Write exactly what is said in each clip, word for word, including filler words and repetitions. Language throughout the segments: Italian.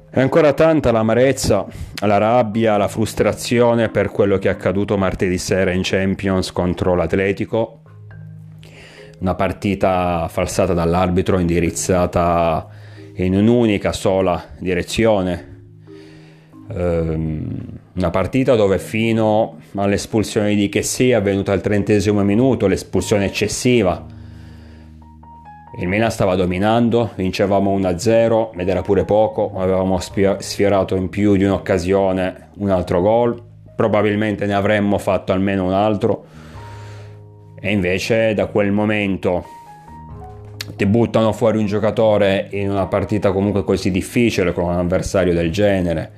È ancora tanta l'amarezza, la rabbia, la frustrazione per quello che è accaduto martedì sera in Champions contro l'Atletico. Una partita falsata dall'arbitro, indirizzata in un'unica sola direzione. Ehm, una partita dove fino all'espulsione di Kessie, avvenuta al trentesimo minuto, l'espulsione eccessiva, il Milan stava dominando, vincevamo uno a zero ed era pure poco, avevamo sfiorato in più di un'occasione un altro gol, probabilmente ne avremmo fatto almeno un altro, e invece da quel momento ti buttano fuori un giocatore in una partita comunque così difficile con un avversario del genere,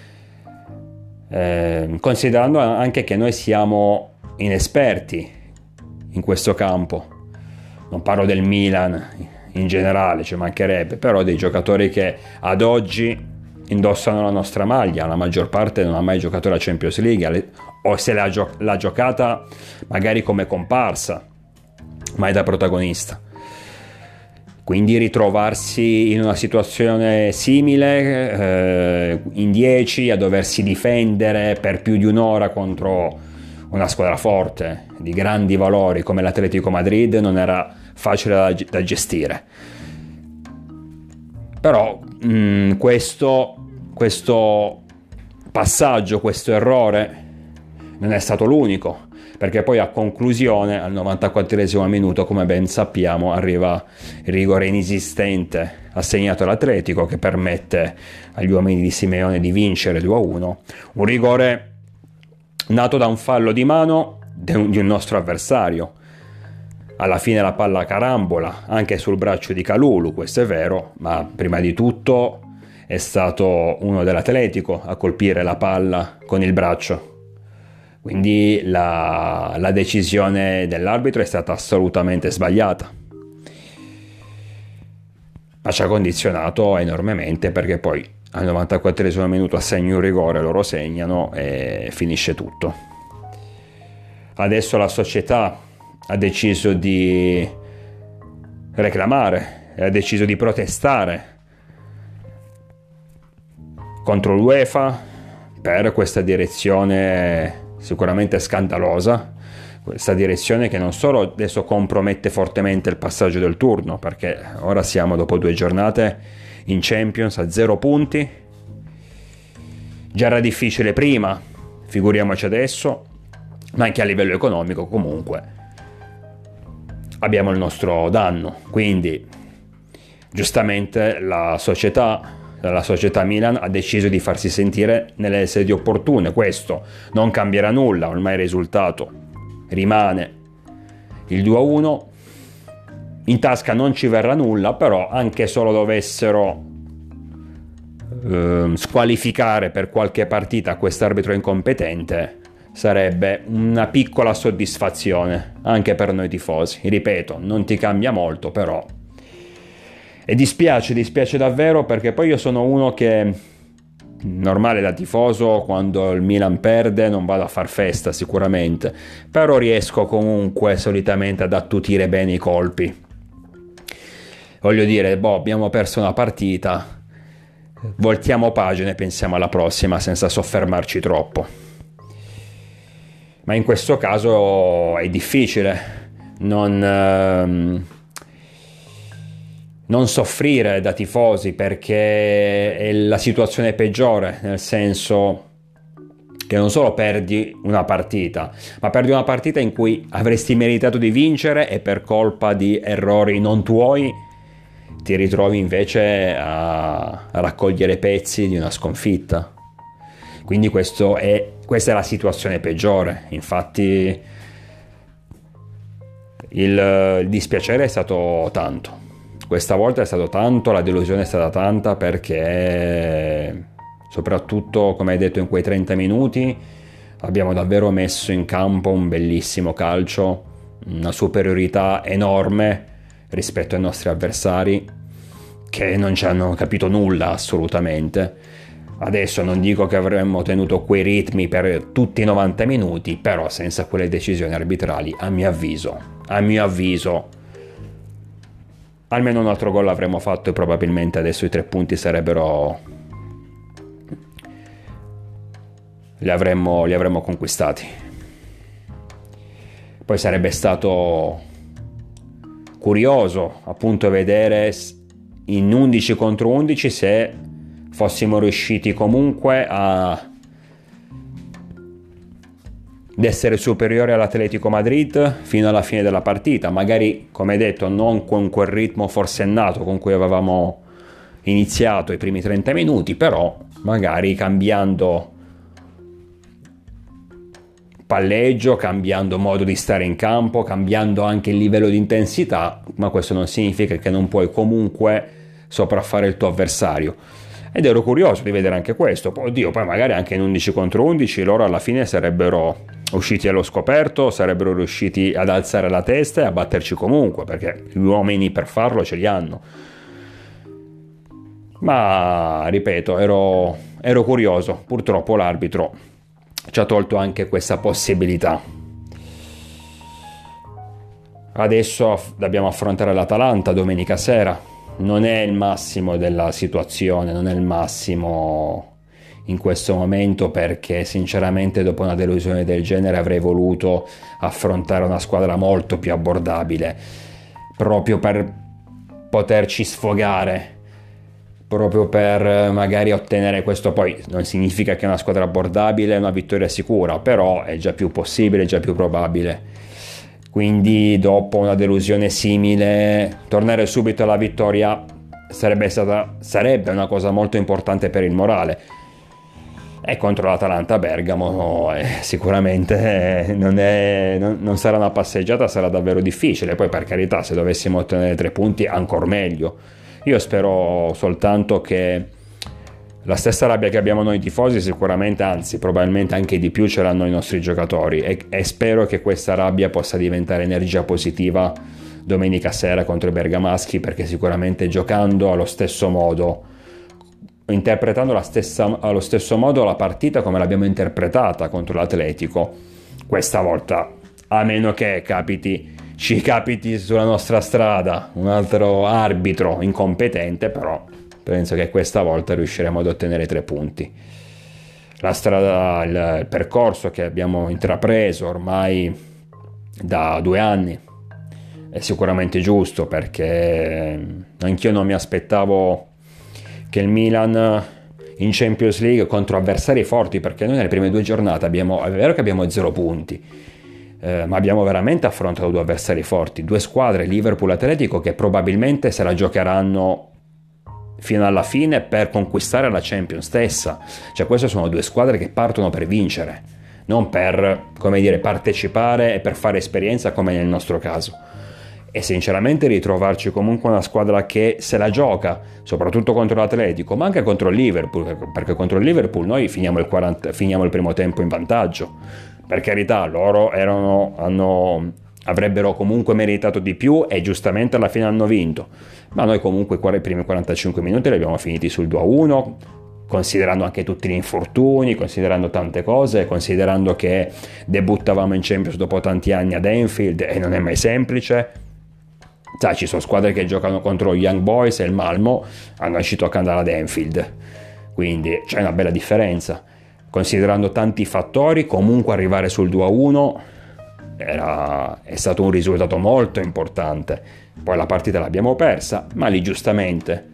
eh, considerando anche che noi siamo inesperti in questo campo. Non parlo del Milan in generale, ci mancherebbe, però dei giocatori che ad oggi indossano la nostra maglia, la maggior parte non ha mai giocato la Champions League, o se l'ha, gio- l'ha giocata magari come comparsa, mai da protagonista. Quindi ritrovarsi in una situazione simile, eh, in dieci, a doversi difendere per più di un'ora contro una squadra forte, di grandi valori come l'Atletico Madrid, non era facile da, da gestire. Però mh, questo, questo passaggio, questo errore non è stato l'unico, perché poi a conclusione, al novantaquattresimo minuto, come ben sappiamo, arriva il rigore inesistente assegnato all'Atletico che permette agli uomini di Simeone di vincere due a uno. Un rigore nato da un fallo di mano di un nostro avversario. Alla fine la palla carambola anche sul braccio di Kalulu, questo è vero, ma prima di tutto è stato uno dell'Atletico a colpire la palla con il braccio. Quindi la, la decisione dell'arbitro è stata assolutamente sbagliata, ma ci ha condizionato enormemente, perché poi al novantaquattresimo minuto assegni un rigore, loro segnano e finisce tutto. Adesso la società ha deciso di reclamare, ha deciso di protestare contro l'UEFA per questa direzione sicuramente scandalosa, questa direzione che non solo adesso compromette fortemente il passaggio del turno, perché ora siamo dopo due giornate in Champions a zero punti, già era difficile prima, figuriamoci adesso, ma anche a livello economico comunque abbiamo il nostro danno. Quindi giustamente la società la società Milan ha deciso di farsi sentire nelle sedi opportune. Questo non cambierà nulla, ormai il risultato rimane il due a uno, in tasca non ci verrà nulla, però anche solo dovessero eh, squalificare per qualche partita quest'arbitro incompetente, sarebbe una piccola soddisfazione anche per noi tifosi. Ripeto, non ti cambia molto, però e dispiace, dispiace davvero, perché poi io sono uno che, normale da tifoso, quando il Milan perde non vado a far festa sicuramente, però riesco comunque solitamente ad attutire bene i colpi. Voglio dire, boh, abbiamo perso una partita, voltiamo pagina e pensiamo alla prossima senza soffermarci troppo. Ma in questo caso è difficile non... Ehm, non soffrire da tifosi, perché è la situazione peggiore, nel senso che non solo perdi una partita, ma perdi una partita in cui avresti meritato di vincere e per colpa di errori non tuoi ti ritrovi invece a, a raccogliere pezzi di una sconfitta. Quindi questo è, questa è la situazione peggiore. Infatti il, il dispiacere è stato tanto. Questa volta è stato tanto, la delusione è stata tanta, perché soprattutto, come hai detto, in quei trenta minuti abbiamo davvero messo in campo un bellissimo calcio, una superiorità enorme rispetto ai nostri avversari che non ci hanno capito nulla assolutamente. Adesso non dico che avremmo tenuto quei ritmi per tutti i novanta minuti, però senza quelle decisioni arbitrali, a mio avviso, a mio avviso almeno un altro gol avremmo fatto e probabilmente adesso i tre punti sarebbero li avremmo, li avremmo conquistati. Poi sarebbe stato curioso appunto vedere in undici contro undici se fossimo riusciti comunque a ad essere superiori all'Atletico Madrid fino alla fine della partita, magari come detto non con quel ritmo forsennato con cui avevamo iniziato i primi trenta minuti, però magari cambiando palleggio, cambiando modo di stare in campo, cambiando anche il livello di intensità, ma questo non significa che non puoi comunque sopraffare il tuo avversario. Ed ero curioso di vedere anche questo. Oddio, poi magari anche in undici contro undici loro alla fine sarebbero usciti allo scoperto, sarebbero riusciti ad alzare la testa e a batterci comunque, perché gli uomini per farlo ce li hanno. Ma ripeto, ero, ero curioso. Purtroppo l'arbitro ci ha tolto anche questa possibilità. Adesso dobbiamo affrontare l'Atalanta domenica sera. Non è il massimo della situazione, non è il massimo in questo momento, perché sinceramente dopo una delusione del genere avrei voluto affrontare una squadra molto più abbordabile, proprio per poterci sfogare, proprio per magari ottenere questo. Poi non significa che una squadra abbordabile è una vittoria sicura, però è già più possibile, è già più probabile. Quindi dopo una delusione simile tornare subito alla vittoria sarebbe stata sarebbe una cosa molto importante per il morale. E contro l'Atalanta Bergamo eh, sicuramente eh, non, è, non, non sarà una passeggiata, sarà davvero difficile. Poi per carità, se dovessimo ottenere tre punti ancor meglio. Io spero soltanto che la stessa rabbia che abbiamo noi tifosi, sicuramente, anzi probabilmente anche di più, ce l'hanno i nostri giocatori, e, e spero che questa rabbia possa diventare energia positiva domenica sera contro i bergamaschi, perché sicuramente giocando allo stesso modo, interpretando la stessa, allo stesso modo la partita come l'abbiamo interpretata contro l'Atletico, questa volta, a meno che capiti ci capiti sulla nostra strada un altro arbitro incompetente, però penso che questa volta riusciremo ad ottenere tre punti. La strada, il, il percorso che abbiamo intrapreso ormai da due anni è sicuramente giusto, perché anch'io non mi aspettavo che il Milan in Champions League contro avversari forti, perché noi nelle prime due giornate abbiamo, è vero che abbiamo zero punti, eh, ma abbiamo veramente affrontato due avversari forti, due squadre, Liverpool e Atletico, che probabilmente se la giocheranno fino alla fine per conquistare la Champions stessa. Cioè queste sono due squadre che partono per vincere, non per, come dire, partecipare e per fare esperienza come nel nostro caso. E sinceramente ritrovarci comunque una squadra che se la gioca, soprattutto contro l'Atletico, ma anche contro il Liverpool, perché contro il Liverpool noi finiamo il, quaranta, finiamo il primo tempo in vantaggio. Per carità, loro erano, hanno, avrebbero comunque meritato di più e giustamente alla fine hanno vinto, ma noi comunque i primi quarantacinque minuti li abbiamo finiti sul due a uno, considerando anche tutti gli infortuni, considerando tante cose, considerando che debuttavamo in Champions dopo tanti anni ad Anfield e non è mai semplice. Sai, ci sono squadre che giocano contro gli Young Boys e il Malmo, hanno uscito a andare ad Anfield, quindi c'è una bella differenza. Considerando tanti fattori, comunque arrivare sul due a uno era, è stato un risultato molto importante. Poi la partita l'abbiamo persa, ma lì giustamente.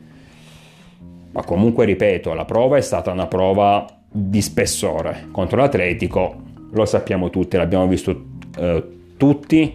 Ma comunque ripeto, la prova è stata una prova di spessore. Contro l'Atletico, lo sappiamo tutti, l'abbiamo visto eh, tutti,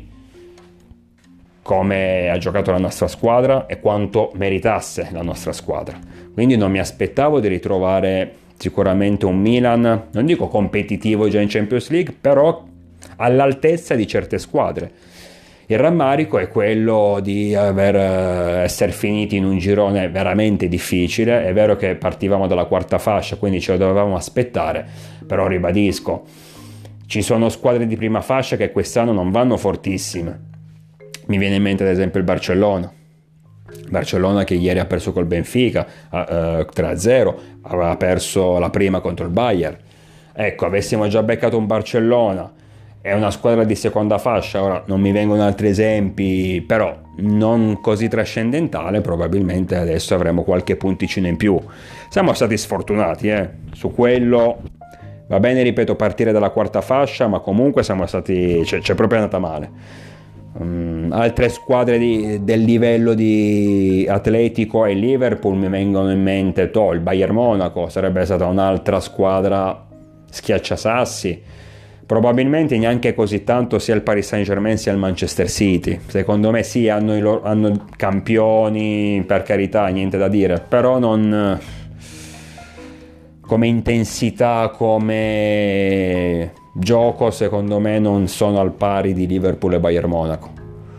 come ha giocato la nostra squadra e quanto meritasse la nostra squadra. Quindi non mi aspettavo di ritrovare sicuramente un Milan, non dico competitivo già in Champions League, però all'altezza di certe squadre. Il rammarico è quello di aver, essere finiti in un girone veramente difficile. È vero che partivamo dalla quarta fascia, quindi ce lo dovevamo aspettare, però ribadisco, ci sono squadre di prima fascia che quest'anno non vanno fortissime. Mi viene in mente ad esempio il Barcellona. Barcellona che ieri ha perso col Benfica uh, tre a zero, aveva perso la prima contro il Bayern. Ecco, avessimo già beccato un Barcellona, è una squadra di seconda fascia, ora non mi vengono altri esempi, però non così trascendentale, probabilmente adesso avremo qualche punticino in più. Siamo stati sfortunati, eh? Su quello Va bene, ripeto, partire dalla quarta fascia, ma comunque siamo stati, cioè, c'è proprio andata male. Um, altre squadre di, del livello di Atletico e Liverpool mi vengono in mente, toh, il Bayern Monaco sarebbe stata un'altra squadra schiacciasassi. Probabilmente neanche così tanto sia il Paris Saint-Germain sia il Manchester City. Secondo me sì, hanno i loro, hanno campioni, per carità, niente da dire, però non come intensità, come gioco, secondo me non sono al pari di Liverpool e Bayern Monaco.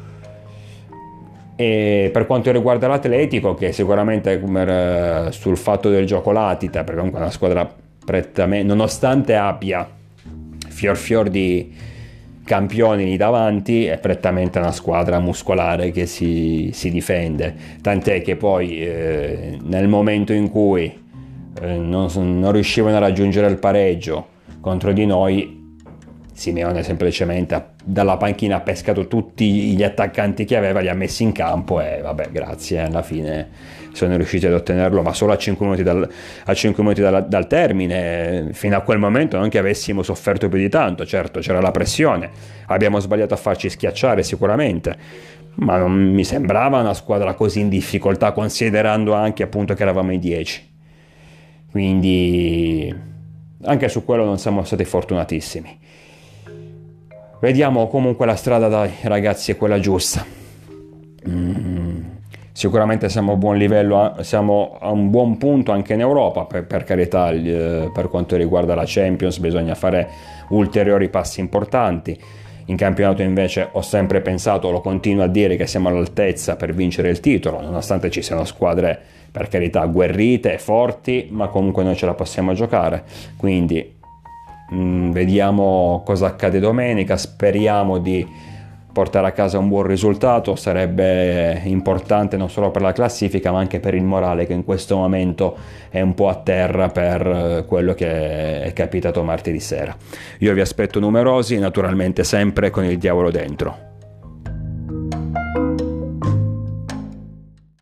E per quanto riguarda l'Atletico, che sicuramente sul fatto del gioco latita, perché comunque è una squadra prettamente, nonostante abbia fior fior di campioni lì davanti, è prettamente una squadra muscolare che si, si difende, tant'è che poi eh, nel momento in cui eh, non, non riuscivano a raggiungere il pareggio contro di noi, Simeone semplicemente dalla panchina ha pescato tutti gli attaccanti che aveva, li ha messi in campo e vabbè, grazie, alla fine sono riusciti ad ottenerlo, ma solo a cinque minuti dal, a cinque minuti dal, dal termine. Fino a quel momento non che avessimo sofferto più di tanto, certo c'era la pressione, abbiamo sbagliato a farci schiacciare sicuramente, ma non mi sembrava una squadra così in difficoltà, considerando anche appunto che eravamo in dieci. Quindi anche su quello non siamo stati fortunatissimi. Vediamo, comunque la strada, dai ragazzi, è quella giusta. Mm, sicuramente siamo a buon livello, siamo a un buon punto anche in Europa, per, per carità, eh, per quanto riguarda la Champions bisogna fare ulteriori passi importanti. In campionato invece ho sempre pensato, lo continuo a dire, che siamo all'altezza per vincere il titolo, nonostante ci siano squadre, per carità, agguerrite e forti, ma comunque noi ce la possiamo giocare. Quindi Mm, vediamo cosa accade domenica, speriamo di portare a casa un buon risultato, sarebbe importante non solo per la classifica ma anche per il morale, che in questo momento è un po' a terra per quello che è capitato martedì sera. Io vi aspetto numerosi, naturalmente sempre con il diavolo dentro.